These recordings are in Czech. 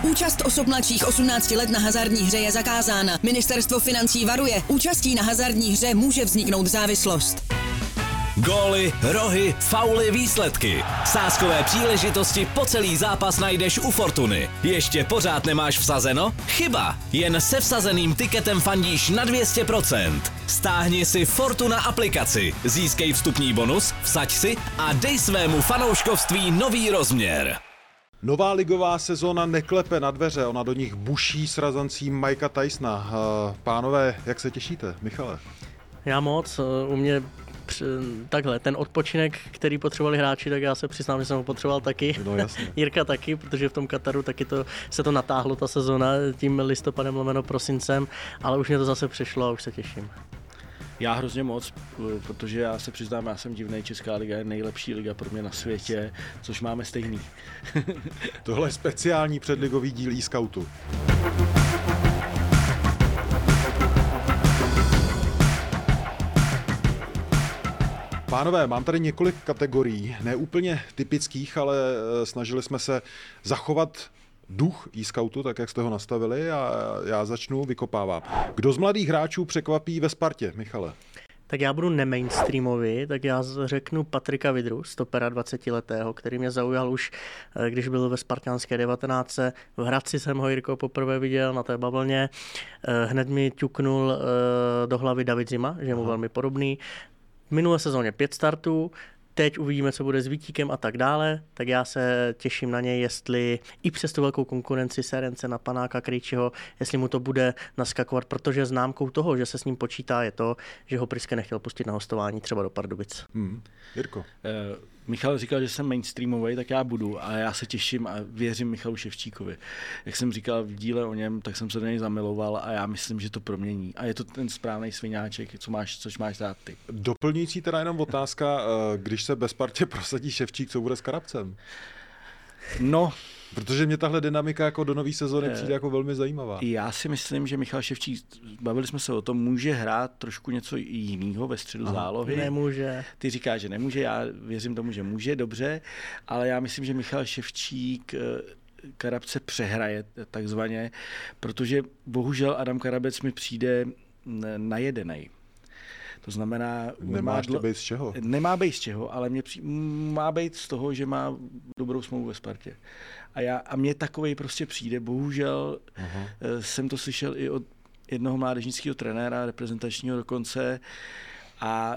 Účast osob mladších 18 let na hazardní hře je zakázána. Ministerstvo financí varuje, účastí na hazardní hře může vzniknout závislost. Góly, rohy, fauly, výsledky. Sázkové příležitosti po celý zápas najdeš u Fortuny. Ještě pořád nemáš vsazeno? Chyba! Jen se vsazeným tiketem fandíš na 200%. Stáhni si Fortuna aplikaci, získej vstupní bonus, vsaď si a dej svému fanouškovství nový rozměr. Nová ligová sezóna neklepe na dveře, ona do nich buší s razanцím Mikea Tysona. Pánové, jak se těšíte? Michale? Já moc, u mě takhle, ten odpočinek, který potřebovali hráči, tak já se přiznám, že jsem ho potřeboval taky. No jasně. Jirka taky, protože v tom Kataru taky se to natáhlo, ta sezona, tím listopadem lomeno prosincem, ale už mě to zase přešlo a už se těším. Já hrozně moc, protože já se přiznám, já jsem divnej, Česká liga je nejlepší liga pro mě na světě, což máme stejný. Tohle je speciální předligový díl eScoutu. Pánové, mám tady několik kategorií, ne úplně typických, ale snažili jsme se zachovat duch eScoutu, tak jak jste ho nastavili, a já začnu vykopávat. Kdo z mladých hráčů překvapí ve Spartě, Michale? Tak já budu nemainstreamový, tak já řeknu Patrika Vydru, stopera 20letého, který mě zaujal už, když byl ve spartanské 19. V Hradci jsem ho, Jirko, poprvé viděl na té bavlně. Hned mi ťuknul do hlavy David Zima, že je mu velmi podobný. V minulé sezóně 5 startů, teď uvidíme, co bude s Vítíkem a tak dále, tak já se těším na něj, jestli i přes tu velkou konkurenci Serence na Panáka Krejčího, jestli mu to bude naskakovat, protože známkou toho, že se s ním počítá, je to, že ho Priske nechtěl pustit na hostování třeba do Pardubic. Jirko. Michal říkal, že jsem mainstreamový, tak já budu a já se těším a věřím Michalu Ševčíkovi. Jak jsem říkal v díle o něm, tak jsem se do něj zamiloval a já myslím, že to promění. A je to ten správný sviňáček, což máš rád ty. Doplňující teda jenom otázka, když se bez Spartě prosadí Ševčík, co bude s Karabcem? No, protože mě tahle dynamika jako do nové sezóny přijde jako velmi zajímavá. Já si myslím, že Michal Ševčík, bavili jsme se o tom, může hrát trošku něco jiného ve středu zálohy. Nemůže. Ty říkáš, že nemůže, já věřím tomu, že může, dobře, ale já myslím, že Michal Ševčík Karabce přehraje takzvaně, protože bohužel Adam Karabec mi přijde najedenej. To znamená, nemáš to být z čeho? Nemá být z čeho, ale má být z toho, že má dobrou smlouvu ve Spartě. A mně takovej prostě přijde. Bohužel jsem to slyšel i od jednoho mládežnického trenéra, reprezentačního dokonce. A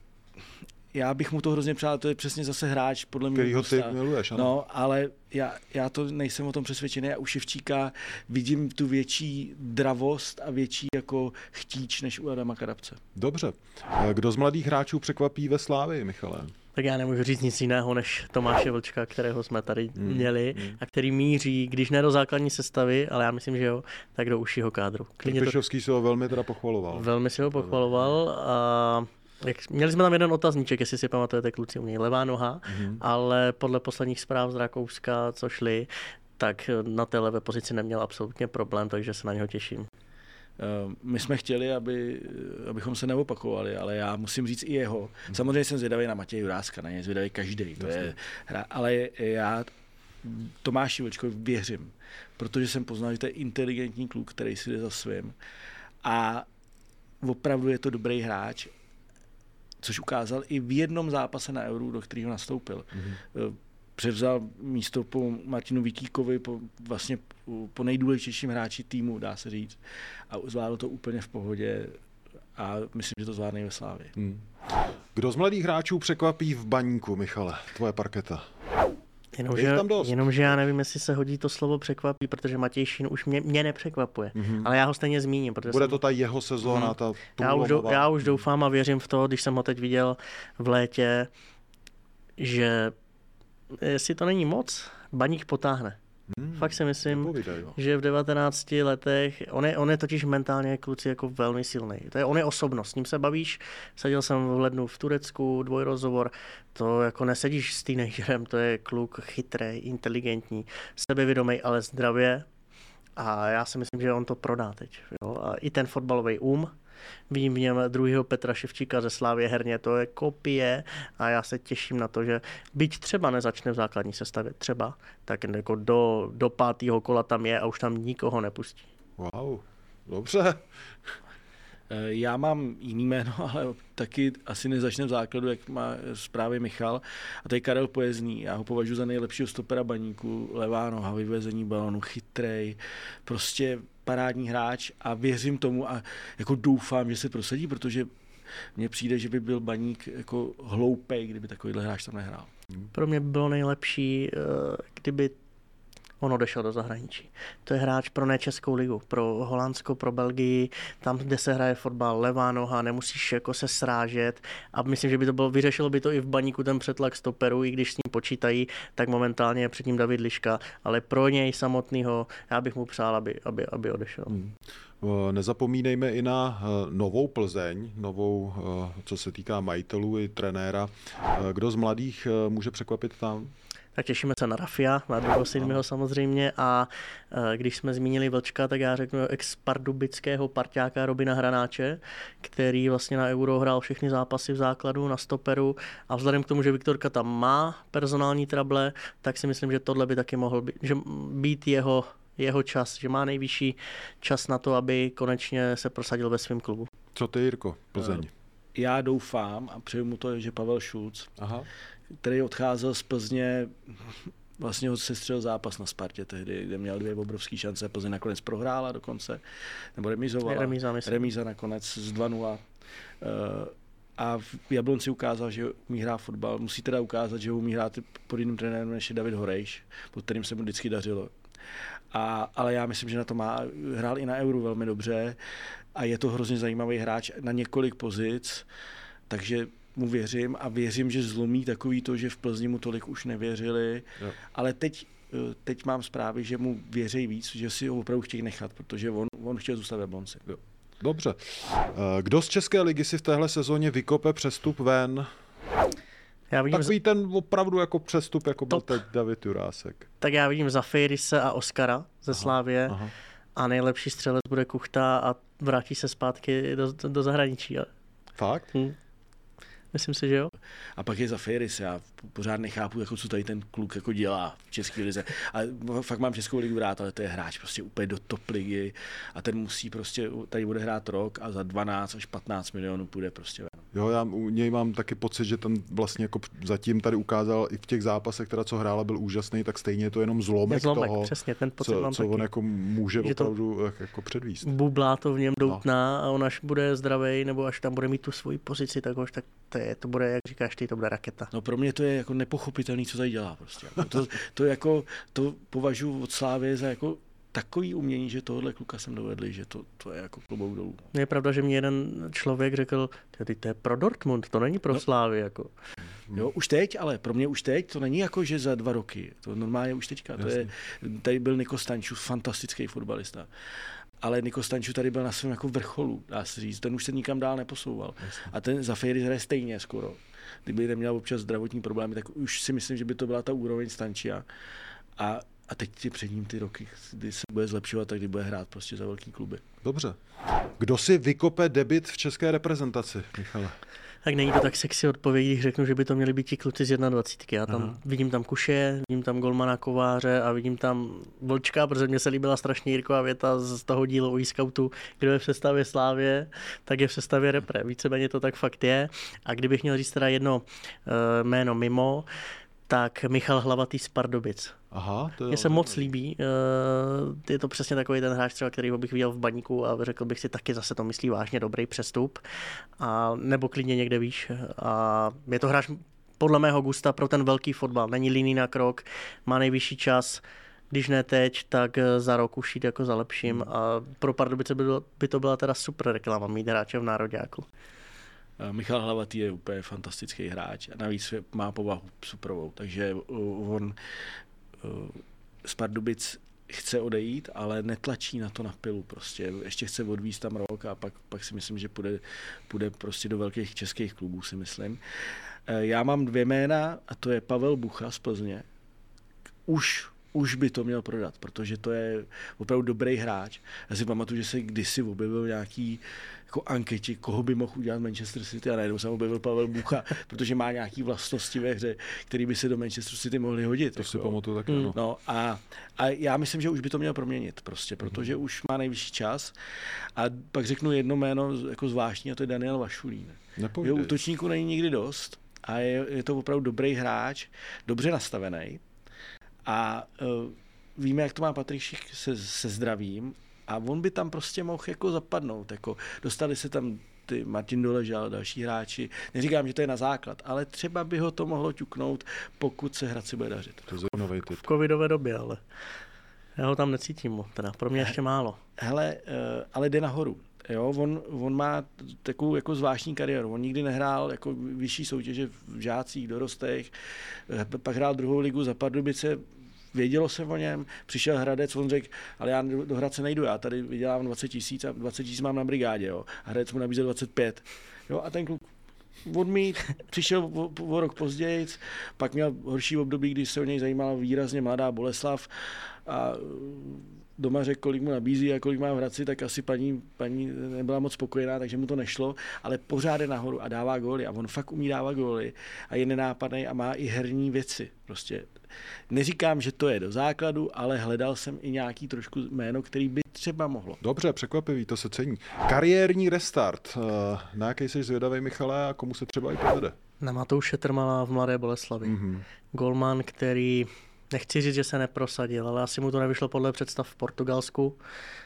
já bych mu to hrozně přál, to je přesně zase hráč, podle mě. Kterýho ty miluješ, ano. No, ale já to nejsem o tom přesvědčený. Já u Ševčíka vidím tu větší dravost a větší jako chtíč než u Adama Karabce. Dobře. Kdo z mladých hráčů překvapí ve Slávii, Michale? Tak já nemůžu říct nic jiného než Tomáše Vlčka, kterého jsme tady měli a který míří, když ne do základní sestavy, ale já myslím, že jo, tak do užšího kádru. Trpišovský si ho velmi teda pochvaloval. Velmi si ho pochvaloval a měli jsme tam jeden otazníček, jestli si pamatujete, kluci, u něj levá noha, ale podle posledních zpráv z Rakouska, co šli, tak na té levé pozici neměl absolutně problém, takže se na něho těším. My jsme chtěli, abychom se neopakovali, ale já musím říct i jeho. Samozřejmě jsem zvědavý na Matěje Juráska, na něj zvědavý každý, to je hra, ale já Tomáši Vlčkovi věřím, protože jsem poznal, že to je inteligentní kluk, který si jde za svým a opravdu je to dobrý hráč, což ukázal i v jednom zápase na Euru, do kterého nastoupil. Převzal místo po Martinu Vikíkovi, po nejdůležitějším hráči týmu, dá se říct. A zvládl to úplně v pohodě a myslím, že to zvládne ve Slávii. Kdo z mladých hráčů překvapí v Baníku, Michale? Tvoje parketa. Jenomže já nevím, jestli se hodí to slovo překvapí, protože Matěj Šín už mě nepřekvapuje. Ale já ho stejně zmíním. Bude to ta jeho sezóna, ta já už doufám a věřím v to, když jsem ho teď viděl v létě, že jestli to není moc, Baník potáhne. Fakt si myslím, že v 19 letech, on je totiž mentálně kluci jako velmi silný. On je osobnost, s ním se bavíš, seděl jsem v lednu v Turecku, dvojrozhovor, to jako nesedíš s teenagerem, to je kluk chytrý, inteligentní, sebevědomý, ale zdravě a já si myslím, že on to prodá teď. Jo? A i ten fotbalový Vidím v něm druhého Petra Ševčíka ze Slávie herně, to je kopie a já se těším na to, že byť třeba nezačne v základní sestavě, třeba, tak jako do 5. kola tam je a už tam nikoho nepustí. Wow, dobře. Já mám jiný jméno, ale taky asi nezačne v základu, jak má zprávy Michal. A to je Karel Pojezný. Já ho považuji za nejlepšího stopera Baníku. Levá noha, vyvezení balonu, chytrej, prostě parádní hráč a věřím tomu a jako doufám, že se prosadí, protože mně přijde, že by byl Baník jako hloupej, kdyby takovýhle hráč tam nehrál. Pro mě by bylo nejlepší, kdyby on odešel do zahraničí. To je hráč pro Českou ligu, pro Holandsko, pro Belgii, tam, kde se hraje fotbal, levá noha, nemusíš jako se srážet a myslím, že by to bylo, vyřešilo by to i v Baníku ten přetlak stoperů, i když s ním počítají, tak momentálně je před ním David Liška, ale pro něj samotného já bych mu přál, aby odešel. Nezapomínejme i na novou Plzeň, novou, co se týká majitelů i trenéra. Kdo z mladých může překvapit tam? Tak těšíme se na Rafia, mladého Sinmiho samozřejmě a když jsme zmínili Vlčka, tak já řeknu ex-pardubického parťáka Robina Hranáče, který vlastně na Euro hrál všechny zápasy v základu na stoperu a vzhledem k tomu, že Viktorka tam má personální trable, tak si myslím, že tohle by taky mohl být jeho čas, že má nejvyšší čas na to, aby konečně se prosadil ve svém klubu. Co ty, Jirko, Plzeň? Já doufám a přeju mu to, že Pavel Šulc, který odcházel z Plzně, vlastně ho sestřelil zápas na Spartě tehdy, kde měl 2 obrovské šance, Plzeň nakonec prohrála dokonce, nebo remizovala. Remíza nakonec z 2-0. A v Jablonci ukázal, že umí hrát fotbal, musí teda ukázat, že umí hrát pod jiným trenérem, než je David Horejš, pod kterým se mu vždycky dařilo. Ale já myslím, že na to hrál i na Euru velmi dobře a je to hrozně zajímavý hráč na několik pozic, takže mu věřím a věřím, že zlomí takový to, že v Plzni mu tolik už nevěřili, ale teď mám zprávy, že mu věří víc, že si ho opravdu chtějí nechat, protože on chtěl zůstat v Jablonci. Dobře. Kdo z České ligy si v téhle sezóně vykope přestup ven? Já vidím Takový ten opravdu jako přestup, jako byl teď David Jurásek. Tak já vidím Zafirise a Oskara ze Slávie a nejlepší střelec bude Kuchta a vrátí se zpátky do zahraničí. Fakt? Myslím si, že jo. A pak je Zafiris, já pořád nechápu, jako co tady ten kluk jako dělá v České lize. A fakt mám Českou ligu rád, ale to je hráč prostě úplně do top ligy a ten musí prostě, tady bude hrát rok a za 12 až 15 milionů půjde prostě ven. Jo, já u něj mám taky pocit, že ten vlastně jako zatím tady ukázal i v těch zápasech, teda co hrála, byl úžasný, tak stejně je to jenom zlomek toho, přesně, ten pocit mám co taky. On jako může opravdu jako předvíst. Bublá to v něm doutná a on až bude zdravej, nebo až tam bude mít tu svoji pozici, tak to bude, jak říkáš ty, to bude raketa. No pro mě to je jako nepochopitelný, co tady dělá prostě. To považuji od Slávy za jako takový umění, že tohle kluka jsem dovedli, že to je jako klobouk dolů. Je pravda, že mi jeden člověk řekl, to je pro Dortmund, to není pro Slávy. Jako. Jo, už teď, ale pro mě už teď, to není jako, že za 2 roky, to normálně už teďka. Tady byl Niko Stančus, fantastický fotbalista. Ale Niko Stanču tady byl na svém jako vrcholu, dá se říct. Ten už se nikam dál neposouval. A ten Zafiris hraje stejně skoro. Kdyby neměl občas zdravotní problémy, tak už si myslím, že by to byla ta úroveň Stančia. A teď je před ním ty roky, kdy se bude zlepšovat a kdy bude hrát prostě za velký kluby. Dobře. Kdo si vykope debut v české reprezentaci, Michale? Tak není to tak sexy odpověď, když řeknu, že by to měli být ti kluci z 21. Já tam vidím tam Kuše, vidím tam golmana Kováře a vidím tam Vlčka, protože mně se líbila strašně Jirkova věta z toho dílu o e-scoutu, kdo je v sestavě Slávě, tak je v sestavě repre. Víceméně to tak fakt je. A kdybych měl říct teda jedno jméno mimo, tak Michal Hlavatý z Pardubic. Mně se moc líbí. Je to přesně takový ten hráč, třeba, kterýho bych viděl v Baníku a řekl bych si taky zase to myslí vážně dobrý přestup. A nebo klidně někde výš. A je to hráč podle mého gusta pro ten velký fotbal. Není líný na krok, má nejvyšší čas. Když ne teď, tak za rok už jít jako za lepším. A pro Pardubice by to byla teda super reklama mít hráče v nároďáku. Michal Hlavatý je úplně fantastický hráč a navíc má povahu superovou, takže on z Pardubic chce odejít, ale netlačí na to na pilu prostě. Ještě chce odvízt tam rok a pak si myslím, že půjde prostě do velkých českých klubů, si myslím. Já mám 2 jména a to je Pavel Bucha z Plzně. Už už by to měl prodat, protože to je opravdu dobrý hráč. Já si pamatuju, že se kdysi objevil nějaký jako anketě, koho by mohl udělat Manchester City a najednou jsem objevil Pavel Bucha, protože má nějaký vlastnosti ve hře, který by se do Manchester City mohly hodit. To si pamatuju taky. No a já myslím, že už by to měl proměnit prostě, protože už má nejvyšší čas. A pak řeknu jedno jméno jako zvláštní a to je Daniel Vašulín. Jeho útočníku není nikdy dost a je to opravdu dobrý hráč, dobře nastavený. A víme, jak to má Patrik Šik se zdravím a on by tam prostě mohl jako zapadnout. Jako dostali se tam ty Martin Doležal, další hráči. Neříkám, že to je na základ, ale třeba by ho to mohlo ťuknout, pokud se Hradci bude dařit. To je zajímavý typ. V covidové době, ale já ho tam necítím, teda pro mě ještě málo. Hele, ale jde nahoru. Jo, on má takovou jako zvláštní kariéru. On nikdy nehrál jako vyšší soutěže v žácích, dorostech, pak hrál druhou ligu za Pardubice, vědělo se o něm, přišel Hradec, on řekl, ale já do Hradce nejdu, já tady vydělám 20 000 a 20 000 mám na brigádě, jo. A Hradec mu nabízel 25. Jo, a ten kluk odmít, přišel o rok později, pak měl horší období, kdy se o něj zajímala výrazně mladá Boleslav a doma řekl, kolik mu nabízí a kolik má v Hradci, tak asi paní nebyla moc spokojená, takže mu to nešlo, ale pořád je nahoru a dává góly a on fakt umí dávat góly a je nenápadný a má i herní věci. Prostě neříkám, že to je do základu, ale hledal jsem i nějaký trošku jméno, který by třeba mohlo. Dobře, překvapivý, to se cení. Kariérní restart. Na jaký jsi zvědavý, Michale, a komu se třeba i povede? Na Matouše Trmala v Mladé Boleslavi. Golman, který, nechci říct, že se neprosadil, ale asi mu to nevyšlo podle představ v Portugalsku.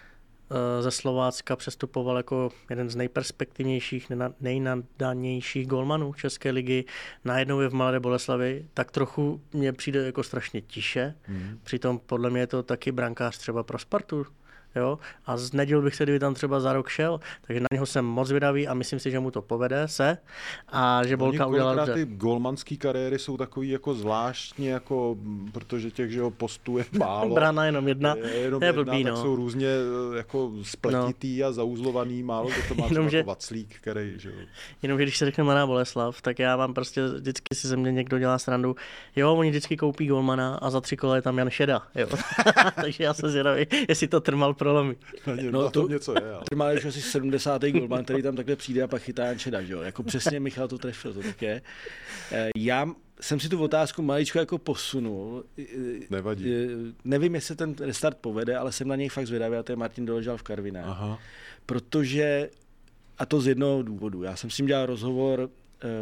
Ze Slovácka přestupoval jako jeden z nejperspektivnějších, nejnadanějších golmanů České ligy. Najednou je v Mladé Boleslavi, tak trochu mně přijde jako strašně tiše. Přitom podle mě je to taky brankář třeba pro Spartu. Jo? A nedivil bych se, kdyby tam třeba za rok šel, takže na něho jsem moc zvědavý a myslím si, že mu to povede se a že Bolka udělal dobře. Ty golmanský kariéry jsou takový jako zvláštně, jako, protože těch, že postů je málo. Brána jenom jedna, je blbý, tak jsou různě jako spletitý a zauzlovaný, málo to má třeba jako Vaclík, který, že jo. Jenomže když se řekne Mladá Boleslav, tak já mám prostě vždycky si ze mě někdo dělá srandu. Jo, oni vždycky koupí golmana a za 3 kola je tam Jan Šeda, jo. Takže já jsem zvědavý, jestli to Trmal prolomí. No to něco je, ale. Trmal už asi 70. golman, který tam takhle přijde a pak chytá Jan Šeda, že jo. Jako přesně Michal to trefil, to tak je. Já jsem si tu otázku maličko jako posunul. Nevadí. Nevím, jestli ten restart povede, ale jsem na něj fakt zvědavý a to je Martin Doležal v Karviné. Aha. Protože, a to z jednoho důvodu, já jsem s ním dělal rozhovor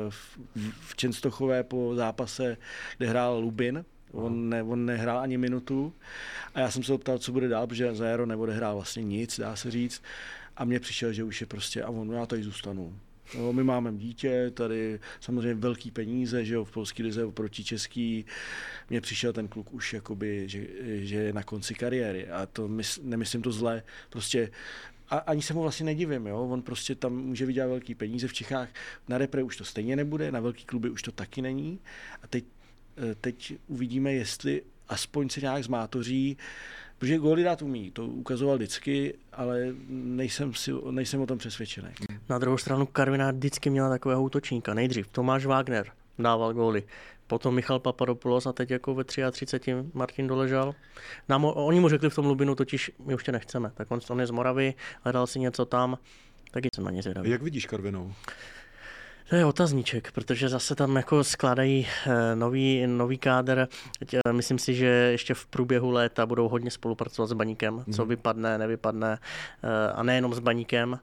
v Čenstochové po zápase, kde hrál Lubin. On nehrál ani minutu a já jsem se ho ptal, co bude dál, protože za jaro neodehrál vlastně nic, dá se říct. A mně přišel, že už je prostě, a já tady zůstanu. No, my máme dítě, tady samozřejmě velký peníze, že jo, v polské lize oproti český. Mně přišel ten kluk už jakoby, že je na konci kariéry a to nemyslím to zle, prostě a ani se mu vlastně nedivím, jo? On prostě tam může vydělat velký peníze v Čechách, na repre už to stejně nebude, na velký kluby už to taky není a teď uvidíme, jestli aspoň se nějak zmátoří, protože góly dát umí, to ukazoval vždycky, ale nejsem o tom přesvědčený. Na druhou stranu Karviná vždycky měla takového útočníka. Nejdřív Tomáš Wagner dával góly, potom Michal Papadopoulos a teď jako ve 33 Martin Doležal. Oni mu řekli v tom Lubinu, totiž my už tě nechceme, tak on je z Moravy, hledal si něco tam, taky jsem na ně zvědavý. Jak vidíš Karvinou? To je otazníček, protože zase tam jako skládají nový kádr. Myslím si, že ještě v průběhu léta budou hodně spolupracovat s Baníkem, co vypadne, nevypadne a nejenom s Baníkem.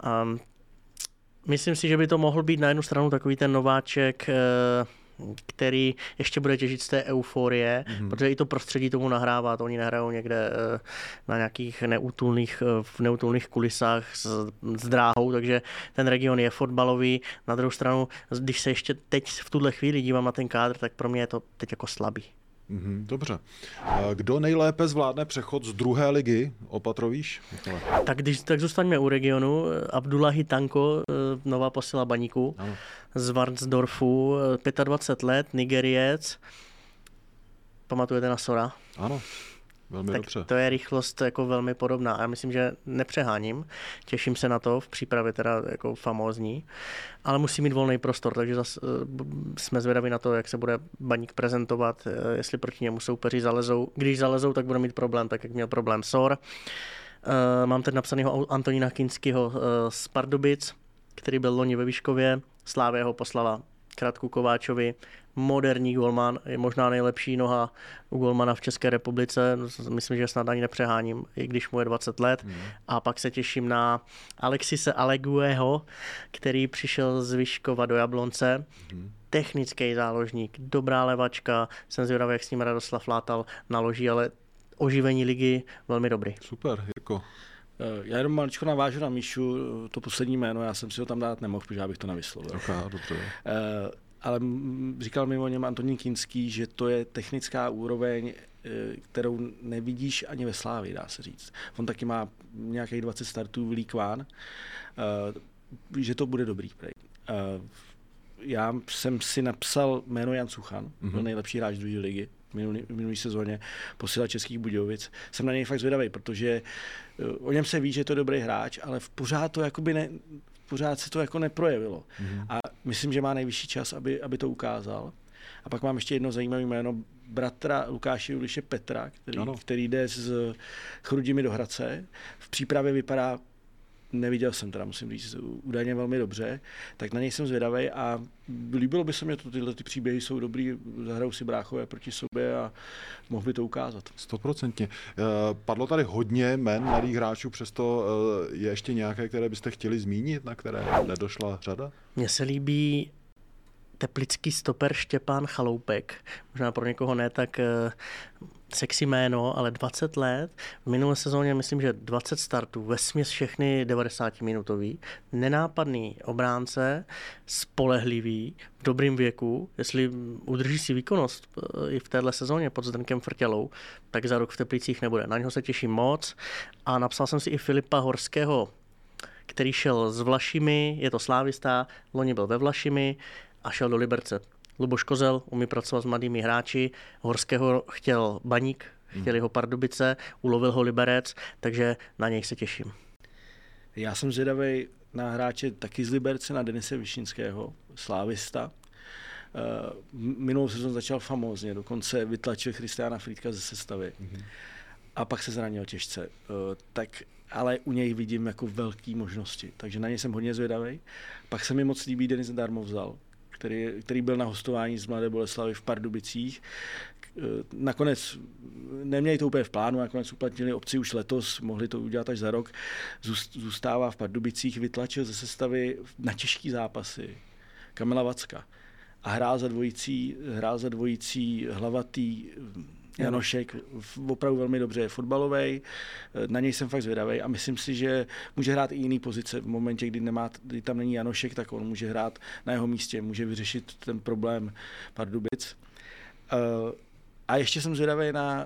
Myslím si, že by to mohl být na jednu stranu takový ten nováček, který ještě bude těžit z té euforie, protože i to prostředí tomu nahrává, to oni nehrajou někde na nějakých neútulných kulisách s dráhou, takže ten region je fotbalový. Na druhou stranu, když se ještě teď v tuhle chvíli dívám na ten kádr, tak pro mě je to teď jako slabý. Dobře. Kdo nejlépe zvládne přechod z druhé ligy? Opatrovíš? Tak zůstaňme u regionu. Abdullahi Tanko, nová posila Baníku, z Varnsdorfu, 25 let, Nigeriec. Pamatujete na Sora? Ano. Velmi tak dobře. to je rychlost jako velmi podobná. A já myslím, že nepřeháním. Těším se na to, v přípravě teda jako famózní, ale musí mít volný prostor, takže zase jsme zvědaví na to, jak se bude Baník prezentovat, jestli proti němu soupeři zalezou. Když zalezou, tak bude mít problém, tak jak měl problém Sor. Mám teď napsanýho Antonína Kinského z Pardubic, který byl loni ve Vyškově. Slávia ho poslala Kratku Kováčovi. Moderní golman, je možná nejlepší noha u golmana v České republice. Myslím, že snad ani nepřeháním, i když mu je 20 let. A pak se těším na Alexise Alegueho, který přišel z Vyškova do Jablonce. Technický záložník, dobrá levačka. Jsem zvědavý, jak s ním Radoslav Látal naloží, ale oživení ligy velmi dobrý. Super, Jirko. Já jenom maličko navážu na Míšu, to poslední jméno, já jsem si ho tam dát nemohl, protože já bych to nevyslovil. Dobře. Ale říkal mi o něm Antonín Kinský, že to je technická úroveň, kterou nevidíš ani ve Slávii, dá se říct. On taky má nějakých 20 startů v League One, že to bude dobrý. Já jsem si napsal jméno Jan Suchan, byl nejlepší hráč druhé ligy v minulý sezóně, posila Českých Budějovic. Jsem na něj fakt zvědavý, protože o něm se ví, že je to dobrý hráč, ale pořád to jakoby pořád se to jako neprojevilo. A myslím, že má nejvyšší čas, aby to ukázal. A pak mám ještě jedno zajímavé jméno bratra Lukáše Juliše Petra, který jde s Chrudimi do Hradce. V přípravě vypadá, neviděl jsem teda, musím říct, údajně velmi dobře, tak na něj jsem zvědavý a líbilo by se mi to, tyhle ty příběhy jsou dobrý, zahrajou si bráchové proti sobě a mohl by to ukázat. 100%. Padlo tady hodně jmen mladých hráčů, přesto je ještě nějaké, které byste chtěli zmínit, na které nedošla řada? Mně se líbí teplický stoper Štěpán Chaloupek. Možná pro někoho ne tak sexy jméno, ale 20 let. V minulé sezóně myslím, že 20 startů, vesměs všechny 90-minutový. Nenápadný obránce, spolehlivý, v dobrým věku. Jestli udrží si výkonnost i v téhle sezóně pod Zdenkem Frtělou, tak za rok v Teplicích nebude. Na něho se těším moc. A napsal jsem si i Filipa Horského, který šel s Vlašimi, je to slávista, loni byl ve Vlašimi a šel do Liberce. Luboš Kozel umí pracovat s mladými hráči, Horského chtěl Baník, chtěli ho Pardubice, ulovil ho Liberec, takže na něj se těším. Já jsem zvědavý na hráče taky z Liberce, na Denise Višinského, slávista. Minulou sezónu začal famózně, dokonce vytlačil Christiana Frýdka ze sestavy. A pak se zranil těžce. Ale u něj vidím jako velké možnosti, takže na něj jsem hodně zvědavý. Pak se mi moc líbí Denis Darmovzal, který byl na hostování z Mladé Boleslavi v Pardubicích. Nakonec neměli to úplně v plánu, nakonec uplatnili opci už letos, mohli to udělat až za rok. Zůstává v Pardubicích, vytlačil ze sestavy na těžký zápasy Kamila Vacka a hrál za dvojicí Hlavatý Janošek, opravdu velmi dobře, je fotbalovej, na něj jsem fakt zvědavý a myslím si, že může hrát i jiný pozice. V momentě, kdy tam není Janošek, tak on může hrát na jeho místě, může vyřešit ten problém Pardubic. A ještě jsem zvědavý na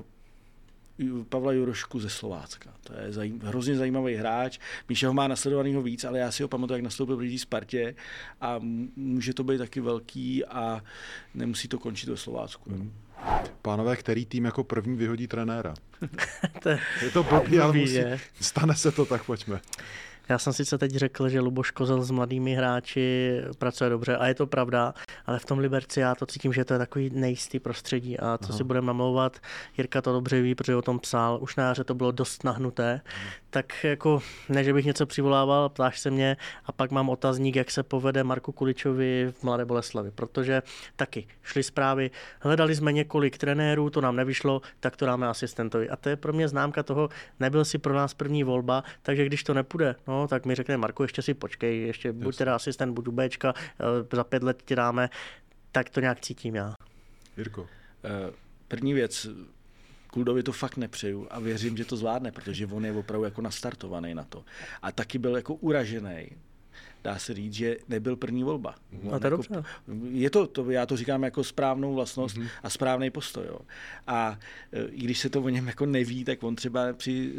Pavla Jurošku ze Slovácka. To je hrozně zajímavý hráč. Míša ho má nasledovanýho víc, ale já si ho pamatuju, jak nastoupil proti Spartě a může to být taky velký a nemusí to končit ve Slovácku. Pánové, který tým jako první vyhodí trenéra? Je to blbý, ale stane se to, tak pojďme. Já jsem sice teď řekl, že Luboš Kozel s mladými hráči pracuje dobře a je to pravda, ale v tom Liberci já to cítím, že to je takový nejistý prostředí a co si budeme namlouvat, Jirka to dobře ví, protože o tom psal, už na jaře to bylo dost nahnuté, tak jako ne, že bych něco přivolával, ptáš se mě a pak mám otazník, jak se povede Marku Kuličovi v Mladé Boleslavi, protože taky šly zprávy, hledali jsme několik trenérů, to nám nevyšlo, tak to dáme asistentovi a to je pro mě známka toho, nebyl si pro nás první volba, takže když to nepůjde, no, tak mi řekne Marku, ještě si počkej, ještě buď teda asistent, buď Bčka, za 5 let ti dáme, tak to nějak cítím já. Jirko. První věc, Kuldovi to fakt nepřeju a věřím, že to zvládne, protože on je opravdu jako nastartovaný na to. A taky byl jako uražený. Dá se říct, že nebyl první volba. A to je dobře. Je to, já to říkám jako správnou vlastnost a správný postoj. Jo. A i když se to o něm jako neví, tak on třeba při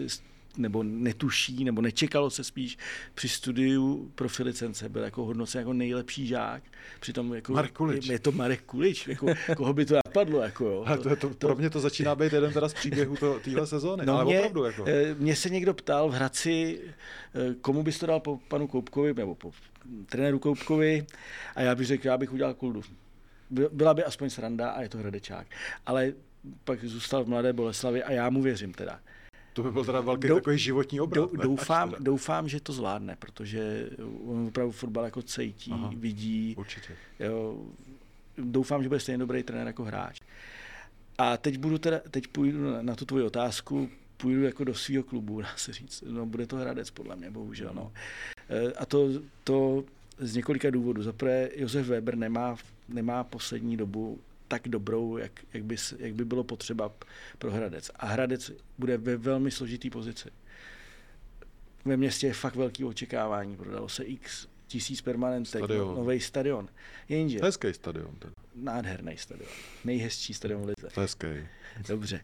nebo netuší, nebo nečekalo se spíš při studiu profilicence, byl jako hodnocen jako nejlepší žák. Přitom jako Marek Kulič. Je to Marek Kulič, jako, koho by to napadlo. Jako, jo. Ale pro mě to začíná být jeden teda z příběhů téhle sezóny, no ale opravdu. Jako. Mě se někdo ptal v Hradci, komu bys to dal po panu Koupkovi, nebo po trenéru Koupkovi, a já bych řekl, já bych udělal Kuldu. Byla by aspoň sranda a je to Hradečák. Ale pak zůstal v Mladé Boleslavi a já mu věřím teda. To by byl teda velký takový životní obrat. Doufám, že to zvládne, protože on opravdu fotbal jako cítí, vidí. Určitě. Jo, doufám, že bude stejně dobrý trenér jako hráč. A teď půjdu na tu tvoji otázku, půjdu jako do svého klubu, dá se říct. No, bude to Hradec, podle mě, bohužel. No. A to z několika důvodů. Zaprvé Josef Weber nemá poslední dobu tak dobrou, jak by bylo potřeba pro Hradec. A Hradec bude ve velmi složitý pozici. Ve městě je fakt velký očekávání. Prodalo se x tisíc permanentek, nový stadion. Jenže... Hezký stadion. Teda. Nádherný stadion. Nejhezčí stadion v lize. Hezký. Dobře.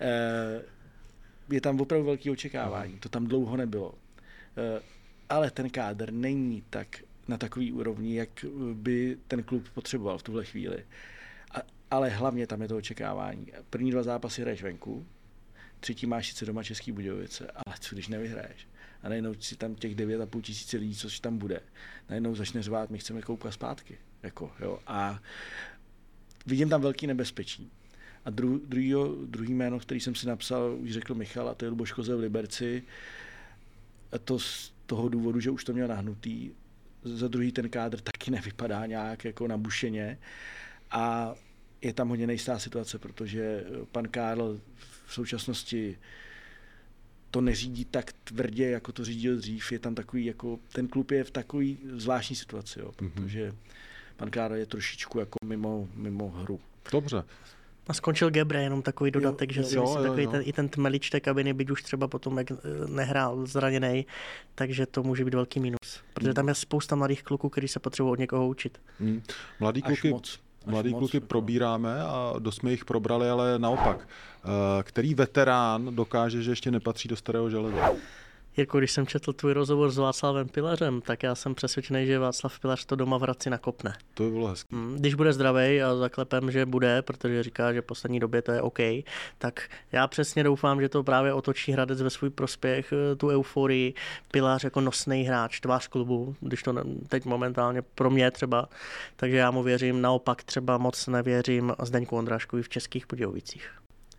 Je tam opravdu velký očekávání. To tam dlouho nebylo. Ale ten kádr není tak na takový úrovni, jak by ten klub potřeboval v tuhle chvíli. Ale hlavně tam je to očekávání. První 2 zápasy hraješ venku, třetí máš sice doma Český Budějovice, ale co když nevyhraješ? A najednou si tam těch 9,5 tisíce lidí, což tam bude, najednou začne řvát, my chceme koukat zpátky. Jako, jo. A vidím tam velký nebezpečí. A druhý jméno, který jsem si napsal, už řekl Michal, a to je Luboš Kozel v Liberci. A to z toho důvodu, že už to měl nahnutý. Za druhý ten kádr taky nevypadá nějak jako nabušeně. A je tam hodně nejistá situace, protože pan Karl v současnosti to neřídí tak tvrdě, jako to řídil dřív. Je tam takový, jako ten klub je v takový zvláštní situaci, jo, protože pan Karl je trošičku jako mimo hru. Dobře. A skončil Gebre, jenom takový dodatek, že si myslím, takový i ten tmelič té kabiny, byť už třeba potom jak nehrál zraněnej, takže to může být velký mínus. Protože tam je spousta mladých kluků, kteří se potřebují od někoho učit. Mladý kluky probíráme a dost jsme jich probrali, ale naopak. Který veterán dokáže, že ještě nepatří do starého železa? Jirko, když jsem četl tvůj rozhovor s Václavem Pilařem, tak já jsem přesvědčený, že Václav Pilař to doma v Hradci nakopne. To by bylo hezké. Když bude zdravý a zaklepem, že bude, protože říká, že v poslední době to je OK, tak já přesně doufám, že to právě otočí Hradec ve svůj prospěch, tu euforii. Pilař jako nosný hráč, tvář klubu, když to teď momentálně pro mě třeba, takže já mu věřím, naopak třeba moc nevěřím Zdeňku Ondráškovi v Českých Budějovicích.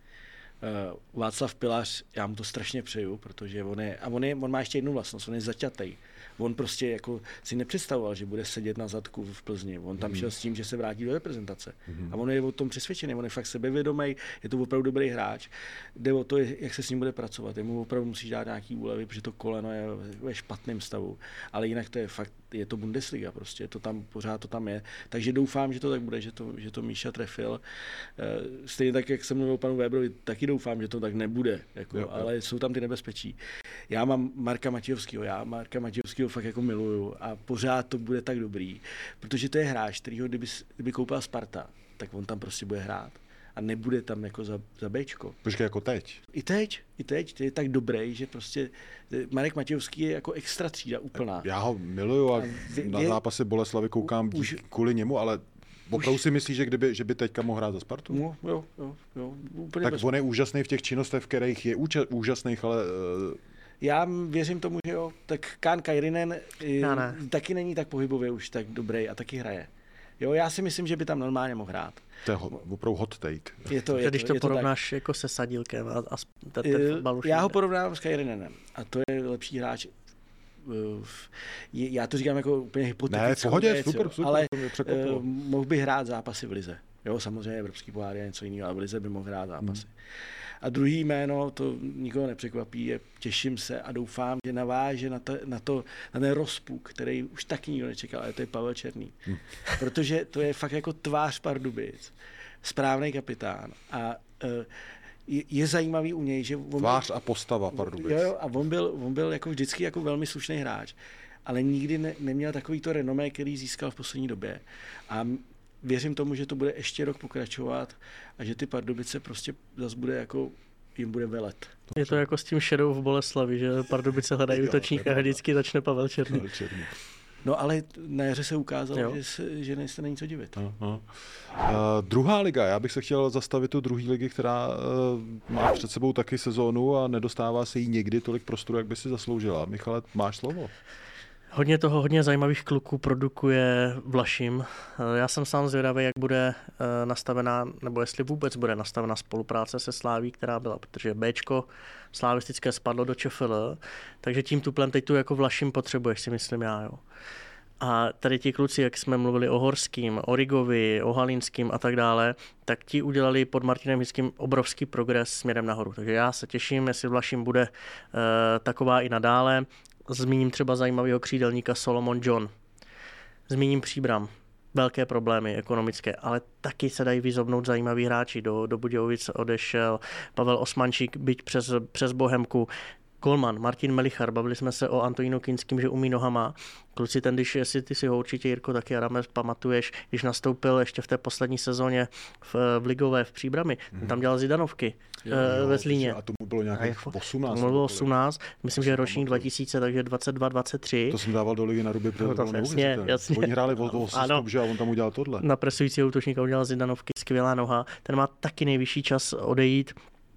Václav Pilař, já mu to strašně přeju, protože on má ještě jednu vlastnost, on je zaťatej. On prostě jako si nepředstavoval, že bude sedět na zadku v Plzni. On tam šel s tím, že se vrátí do reprezentace. A on je o tom přesvědčený, on je fakt sebevědomý, je to opravdu dobrý hráč. Jde o to, jak se s ním bude pracovat. Jemu opravdu musí dát nějaký úlevy, protože to koleno je ve špatném stavu. Ale jinak to je fakt, je to Bundesliga prostě, je to tam, pořád to tam je. Takže doufám, že to tak bude, že to Míša trefil. Stejně tak, jak jsem mluvil o panu Weberovi, taky doufám, že to tak nebude, jako, ale jsou tam ty nebezpečí. Já mám Marka Matějovského fakt jako miluju a pořád to bude tak dobrý, protože to je hráč, kterýho kdyby koupila Sparta, tak on tam prostě bude hrát a nebude tam jako za Bčko. Počkej, jako teď? I teď, to je tak dobrý, že prostě Marek Matějovský je jako extra třída úplná. Já ho miluju a na zápasy Boleslavy koukám kvůli němu, ale opravdu si myslíš, že by teďka mohl hrát za Spartu? No, jo, úplně tak on je úžasný v těch činnostech, v kterých je úžasných, ale... Já věřím tomu, že jo. Tak Kaan Kairinen taky není tak pohybově už tak dobrý a taky hraje. Jo, já si myslím, že by tam normálně mohl hrát. To je opravdu hot take. Když to porovnáš jako se Sadílkem a ten fotbal už já ho porovnávám s Kairinenem a to je lepší hráč. Já to říkám jako úplně hypotetickou věc, super, ale mohl by hrát zápasy v lize. Jo, samozřejmě evropský pohár je něco jiného, ale v lize by mohl hrát zápasy. A druhý jméno, to nikoho nepřekvapí, je těším se a doufám, že naváže na ten rozpuk, který už taky nikdo nečekal, ale to je Pavel Černý. Protože to je fakt jako tvář Pardubic, správný kapitán a je zajímavý u něj, že tvář a postava Pardubic. Jo, a on byl jako vždycky jako velmi slušný hráč, ale nikdy neměl takový to renomé, který získal v poslední době. A věřím tomu, že to bude ještě rok pokračovat a že ty Pardubice prostě zase bude jako jim bude velet. Je to jako s tím Shadow v Boleslavi, že Pardubice hledají útočníka a vždycky začne Pavel Černý. No ale na jaře se ukázalo, že nejste na nic co divit. Druhá liga, já bych se chtěl zastavit tu druhé ligy, která má před sebou taky sezónu a nedostává se jí někdy tolik prostoru, jak by si zasloužila. Michale, máš slovo? Hodně zajímavých kluků produkuje Vlašim. Já jsem sám zvědavý, jak bude nastavená, nebo jestli vůbec bude nastavená spolupráce se Sláví, která byla, protože Bčko slavistické spadlo do ČFL, takže tím tuplem teď tu jako Vlašim potřebuješ, si myslím já. Jo. A tady ti kluci, jak jsme mluvili o Horským, o Rigovi, o Halinským a tak dále, tak ti udělali pod Martinem Hickým obrovský progres směrem nahoru. Takže já se těším, jestli Vlašim bude taková i nadále. Zmíním třeba zajímavého křídelníka Solomon John. Zmíním Příbram. Velké problémy ekonomické, ale taky se dají vyzobnout zajímaví hráči. Do Budějovic odešel Pavel Osmančík, byť přes Bohemku. Golman, Martin Melichar, bavili jsme se o Antonínu Kinským, že umí nohama. Kluci ten, jestli ty si ho určitě, Jirko, taky Adame, pamatuješ, když nastoupil ještě v té poslední sezóně v ligové v Příbrami, tam dělal zidanovky ve Zlíně. A tomu bylo nějakých 18. Tomu bylo 18, myslím, že ročník 2000, takže 22-23. To jsem dával do ligy na ruby, protože to bylo neuvěřitelné. Oni hráli o sestup, že a on tam udělal tohle. Na presujícího útočníka udělal zidanovky, skvělá noha. Ten má taky nejvyšší čas odejít.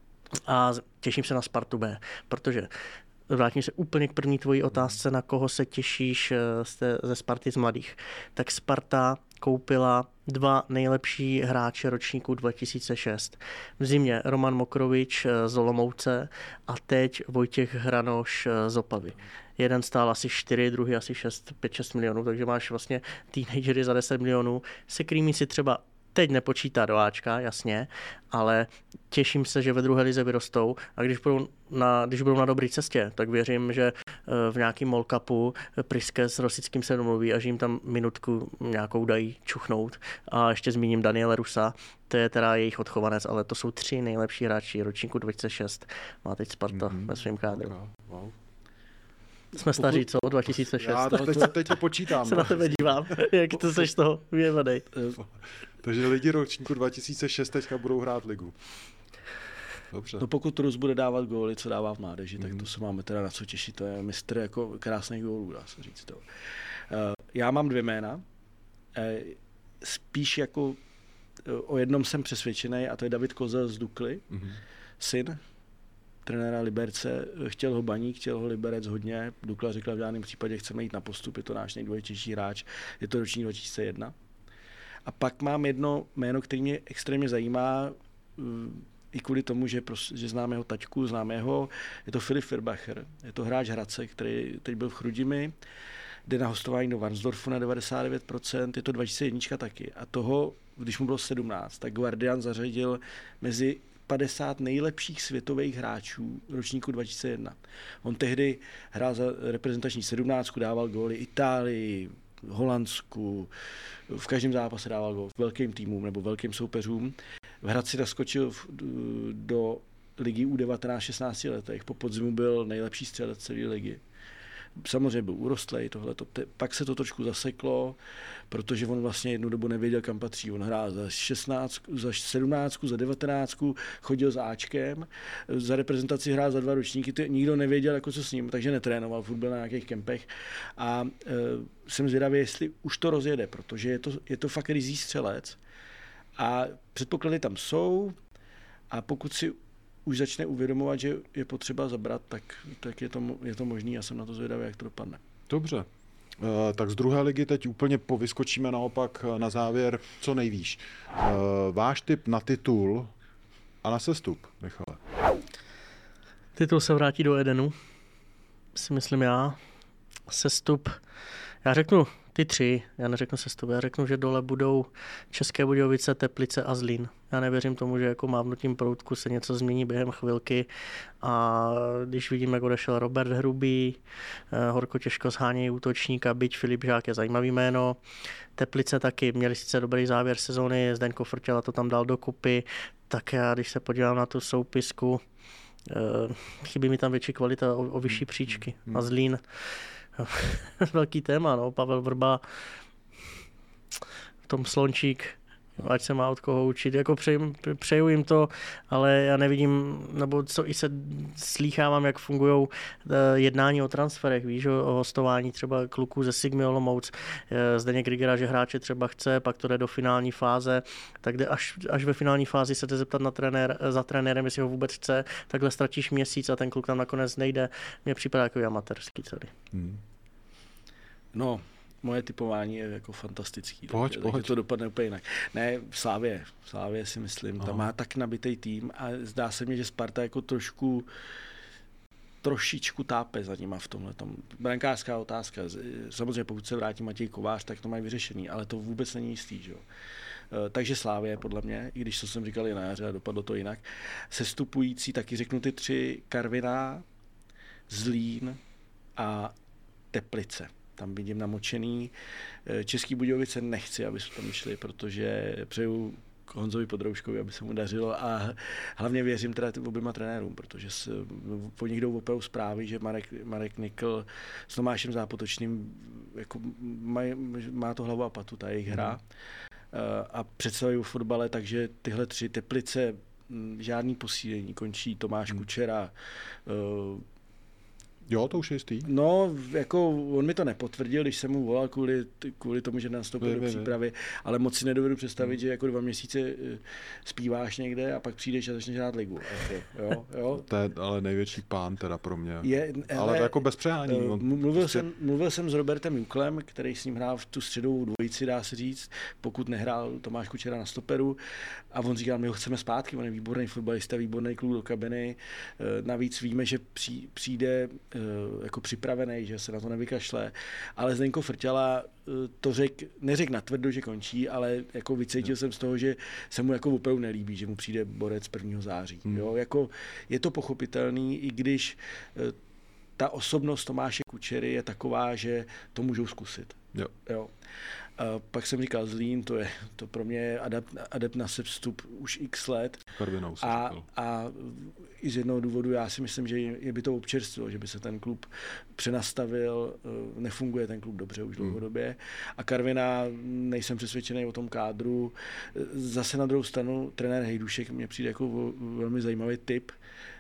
A těším se na Spartu B, protože vrátím se úplně k první tvojí otázce, na koho se těšíš ze Sparty z mladých. Tak Sparta koupila 2 nejlepší hráče ročníku 2006. V zimě Roman Mokrovič z Olomouce a teď Vojtěch Hranoš z Opavy. Jeden stál asi 4, druhý asi 5-6 milionů, takže máš vlastně teenagery za 10 milionů, se kterými si třeba teď nepočítá do Ačka, jasně, ale těším se, že ve druhé lize vyrostou a když budou na dobré cestě, tak věřím, že v nějakém Mall Cupu Priske s Rosickým se domluví a že jim tam minutku nějakou dají čuchnout. A ještě zmíním Daniele Rusa, to je teda jejich odchovanec, ale to jsou 3 nejlepší hráči ročníku 2006. Má teď Sparta ve svém kádru. Wow. Jsme staří, co? 2006. Já teď to počítám. Se na tebe dívám, jak to seš z toho vyjevenej. Takže lidi ročníku 2006 teďka budou hrát ligu. Dobře. No pokud Rus bude dávat góly, co dává v mládeži, tak to se máme teda na co těšit. To je mistr jako krásných gólů, dá se říct. Já mám 2 jména. Spíš jako o jednom jsem přesvědčený a to je David Kozel z Dukly, syn trenéra Liberce. Chtěl ho Baník, chtěl ho Liberec hodně. Dukla řekla, v žádném případě chceme jít na postup, je to náš nejdůležitější hráč, je to ročník 2001. A pak mám jedno jméno, který mě extrémně zajímá, i kvůli tomu, že známe jeho taťku, známe ho, je to Filip Firbacher. Je to hráč Hradce, který teď byl v Chrudimi, jde na hostování do Varnsdorfu na 99%, je to 2001 taky. A toho, když mu bylo 17, tak Guardian zařadil mezi 50 nejlepších světových hráčů ročníku 2001. On tehdy hrál za reprezentační 17, dával góly Itálii, Holandsku, v každém zápase dával gól velkým týmům nebo velkým soupeřům. V Hradci naskočil do ligy U19 16 letech, po podzimu byl nejlepší střelec celé ligy. Samozřejmě byl urostlej, tohleto. Pak se to trošku zaseklo, protože on vlastně jednu dobu nevěděl, kam patří. On hrál za 16, za 17, za 19, chodil za Ačkem, za reprezentaci hrál za 2 ročníky, nikdo nevěděl, jako co s ním, takže netrénoval, furt byl na nějakých kempech. A jsem zvědavý, jestli už to rozjede, protože je to fakt rizí střelec. A předpoklady tam jsou a pokud si už začne uvědomovat, že je potřeba zabrat, tak je to možný. Já jsem na to zvědavý, jak to dopadne. Dobře. Tak z druhé ligy teď úplně povyskočíme naopak na závěr co nejvýš. Váš tip na titul a na sestup, Michale? Titul se vrátí do Edenu, si myslím já. Sestup, já řeknu ty 3, já neřeknu sestup, já řeknu, že dole budou České Budějovice, Teplice a Zlín. Já nevěřím tomu, že jako mávnutím proutku se něco změní během chvilky a když vidím, jak odešel Robert Hrubý, horko těžko shánějí útočníka, byť Filip Žák je zajímavý jméno. Teplice taky měli sice dobrý závěr sezóny, Zdeňko Frtěla to tam dal dokupy, tak já když se podívám na tu soupisku, chybí mi tam větší kvalita o vyšší příčky. A Zlín, velký téma, no, Pavel Vrba, Tom Slončík, ať se má od koho učit. Jako přeju jim to, ale já nevidím, nebo co i se slýchávám, jak fungují jednání o transferech, víš, o hostování třeba kluků ze Sigmy Olomouc, Zdeněk Grigera, že hráče třeba chce, pak to jde do finální fáze, tak jde až ve finální fázi se jde zeptat za trenérem, jestli ho vůbec chce, takhle ztratíš měsíc a ten kluk tam nakonec nejde. Mně připadá jako amatérský celý. No, moje typování je jako fantastický. Pojď. To dopadne úplně jinak. Ne, v Slávě si myslím, tam má tak nabitej tým a zdá se mi, že Sparta jako trošičku tápe za nima v tomhletom. Brankářská otázka. Samozřejmě pokud se vrátí Matěj Kovář, tak to mají vyřešený, ale to vůbec není jistý. Že? Takže Slávě podle mě, i když to jsem říkal i na jaře a dopadlo to jinak. Sestupující, taky řeknu ty 3, Karviná, Zlín a Teplice. Tam vidím namočený. Český Budějovice nechci, aby jsme tam šli, protože přeju Honzovi Podrouškovi, aby se mu dařilo a hlavně věřím teda oběma trenérům, protože po nich jdou opravdu zprávy, že Marek Nikl s Tomášem Zápotočným jako má to hlavu a patu, ta jejich hra a představují v fotbale, takže tyhle 3 Teplice, žádný posílení, končí Tomáš Kučera, Jo, to už je jistý. No, jako on mi to nepotvrdil, když jsem mu volal kvůli tomu, že nastoupil do přípravy, ale moc si nedovedu představit, že jako 2 měsíce zpíváš někde a pak přijdeš a začneš hrát ligu. Jo. To je ale největší pán teda pro mě. Ale jako bez přehání. Mluvil jsem s Robertem Juklem, který s ním hrál v tu středovou dvojici, dá se říct, pokud nehrál Tomáš Kučera na stoperu. A on říkal, my ho chceme zpátky, on je výborný fotbalista, výborný kluk do kabiny. Navíc víme, že přijde jako připravený, že se na to nevykašle, ale Zdenko Frťala to neřekl natvrdo, že končí, ale jako vycítil jsem z toho, že se mu jako opravdu nelíbí, že mu přijde borec 1. září. Jo? Jako je to pochopitelný, i když ta osobnost Tomáše Kučery je taková, že to můžou zkusit. Jo. Pak jsem říkal Zlín, to pro mě je adept na vstup už x let. A i z jednoho důvodu já si myslím, že je by to občerstvilo, že by se ten klub přenastavil, nefunguje ten klub dobře už dlouhodobě. A Karviná, nejsem přesvědčený o tom kádru. Zase na druhou stranu trenér Hejdušek mě přijde jako velmi zajímavý typ,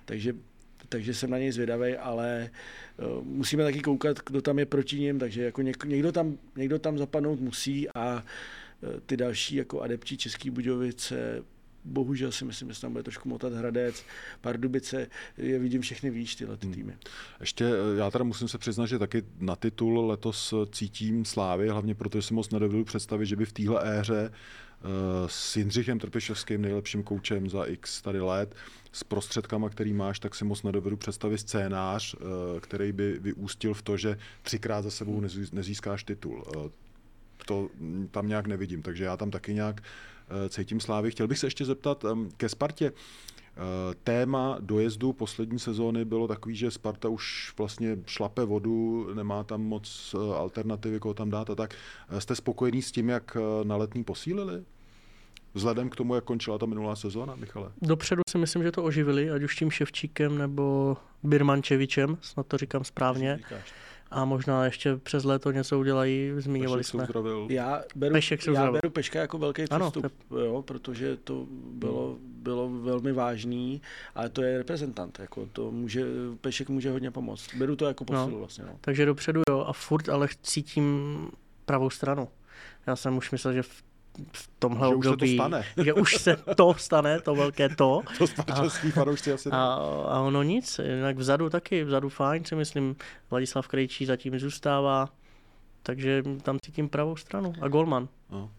takže jsem na něj zvědavý, ale musíme taky koukat, kdo tam je proti ním, takže jako někdo tam zapadnout musí a ty další jako adepti Český Budějovice, bohužel si myslím, že se tam bude trošku motat Hradec, Pardubice, je vidím všechny výš tyhle týmy. Ještě já teda musím se přiznat, že taky na titul letos cítím Slávy, hlavně protože si moc nedovedu představit, že by v téhle éře s Jindřichem Trpišovským, nejlepším koučem za x tady let, s prostředkama, který máš, tak si moc nedovedu představit scénář, který by vyústil v to, že 3krát za sebou nezískáš titul. To tam nějak nevidím, takže já tam taky nějak cítím Slávy. Chtěl bych se ještě zeptat ke Spartě. Téma dojezdu poslední sezóny bylo takový, že Sparta už vlastně šlape vodu, nemá tam moc alternativy, koho tam dát a tak. Jste spokojení s tím, jak na Letný posílili? Vzhledem k tomu, jak končila ta minulá sezóna, Michale? Dopředu si myslím, že to oživili, ať už tím Ševčíkem nebo Birmančevičem, snad to říkám správně. A možná ještě přes léto něco udělají, zmiňovali jsme. Já beru Peška jako velký přestup, jo, protože to bylo velmi vážný, ale to je reprezentant, jako Pešek může hodně pomoct. Beru to jako posilu vlastně. No. Takže dopředu jo, a furt ale cítím pravou stranu. Já jsem už myslel, že v tomhle že období, už se to stane. že už se to stane, to velké to. To spartanský fanoušci asi a ono nic, jinak vzadu fajn, si myslím, Vladislav Krejčí zatím zůstává, takže tam cítím pravou stranu a golman. No.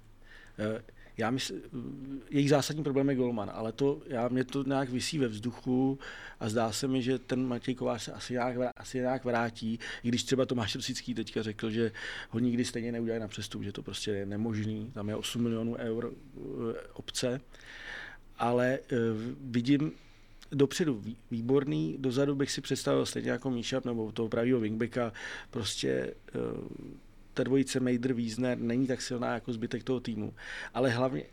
Já myslím, jejich zásadní problém je golman, ale mě to nějak visí ve vzduchu a zdá se mi, že ten Matěj Kovář se asi nějak vrátí, i když třeba Tomáš Rosický teďka řekl, že ho nikdy stejně neudělají na přestup, že to prostě je nemožný, tam je 8 milionů eur obce, ale vidím dopředu výborný, dozadu bych si představil stejně jako Míša nebo toho pravýho wingbacka, prostě ta dvojice Mejdr-Wiesner není tak silná jako zbytek toho týmu, ale hlavně,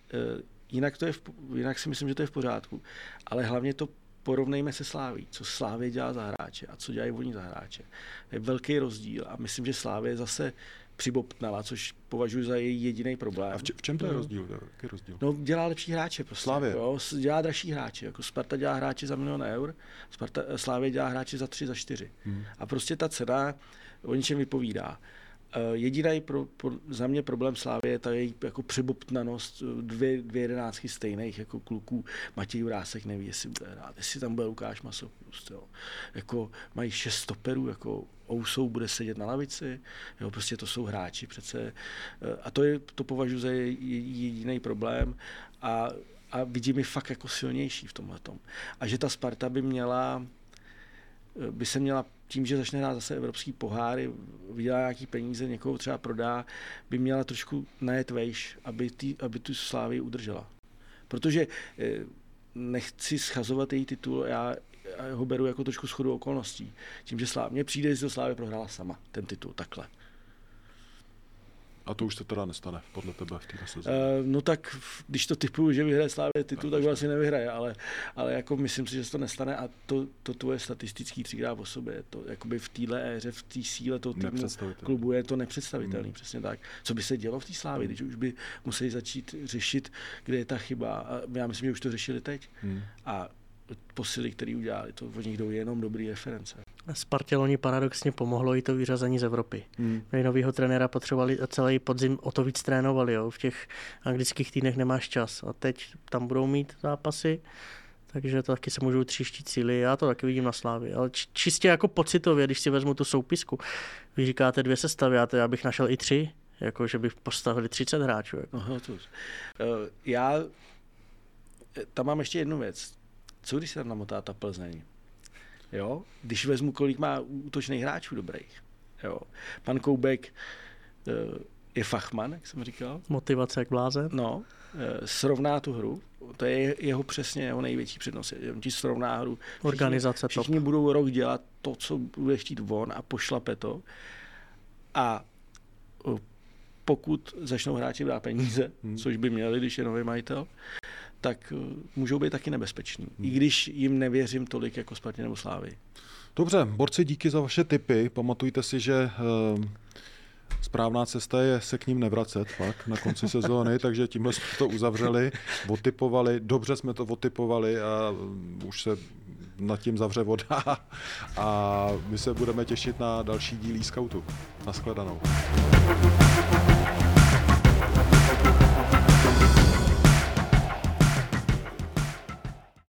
jinak si myslím, že to je v pořádku, ale hlavně to porovnejme se Sláví, co Slávě dělá za hráče a co dělají oni za hráče. To je velký rozdíl a myslím, že Slávě zase přibobtnala, což považuji za její jediný problém. A v čem to je rozdíl? Jaký je rozdíl? No, dělá lepší hráče prostě. Slavie. Jo, dělá dražší hráče. Jako Sparta dělá hráče za 1 milion eur, Slavie dělá hráče za 3, za 4. A prostě ta cena o něčem vypovídá. Jediný za mě problém Slávy je ta její jako přebobtnanost, dvě jedenáctky stejných jako kluků. Matěj Jurásek neví, jestli bude hrát, jestli tam bude Lukáš Masopust. Jako mají 6 stoperů, jako Ousou bude sedět na lavici, jo, prostě to jsou hráči přece. A to považuji za jediný problém a vidím ji fakt jako silnější v tomhletom. A že ta Sparta by se měla tím, že začne hrát zase evropský poháry, vydělá nějaký peníze, někoho třeba prodá, by měla trošku najet vejš, aby tu Slávii udržela. Protože nechci schazovat její titul, já ho beru jako trošku shodu okolností. Tím, že mně přijde, že to Slávia prohrála sama, ten titul, takhle. A to už se teda nestane, podle tebe v této sezóně? No tak, když to typuju, že vyhraje Slavia titul, tak vlastně nevyhraje, ale jako myslím si, že se to nestane a to tvoje statistický 3krát po sobě, to jakoby v téhle éře, v té síle toho týmu klubu je to nepředstavitelný, přesně tak. Co by se dělo v té Slávii, když už by museli začít řešit, kde je ta chyba, a já myslím, že už to řešili teď. A posily, které udělali, to od nich jdou jenom dobrý reference. Spartě loni paradoxně pomohlo i to vyřazení z Evropy. Novýho trenéra potřebovali a celý podzim o to víc trénovali. Jo. V těch anglických týdnech nemáš čas. A teď tam budou mít zápasy, takže to taky se můžou tříštit síly. Já to taky vidím na Slávii. Ale čistě jako pocitově, když si vezmu tu soupisku, vy říkáte 2 sestavy, já bych našel i 3, jako že bych postavili 30 hráčů. Jako. Já tam mám ještě jednu věc. Co když se tam namotá ta Plzeň? Jo? Když vezmu, kolik má útočných hráčů dobrých. Jo? Pan Koubek je fachman, jak jsem říkal. Motivace jak blázen. No, srovná tu hru. To je přesně jeho největší přednost. On ti srovná hru. Organizace všichni budou rok dělat to, co bude chtít on a pošlape to. A pokud začnou hráči brát peníze, což by měli, když je nový majitel, tak můžou být taky nebezpeční. I když jim nevěřím tolik jako Spartě nebo Slávii. Dobře, borci, díky za vaše tipy. Pamatujte si, že správná cesta je se k ním nevracet pak na konci sezóny, takže tímhle jsme to uzavřeli, otipovali, dobře jsme to otipovali a už se nad tím zavře voda a my se budeme těšit na další díl eScoutu. Naschledanou.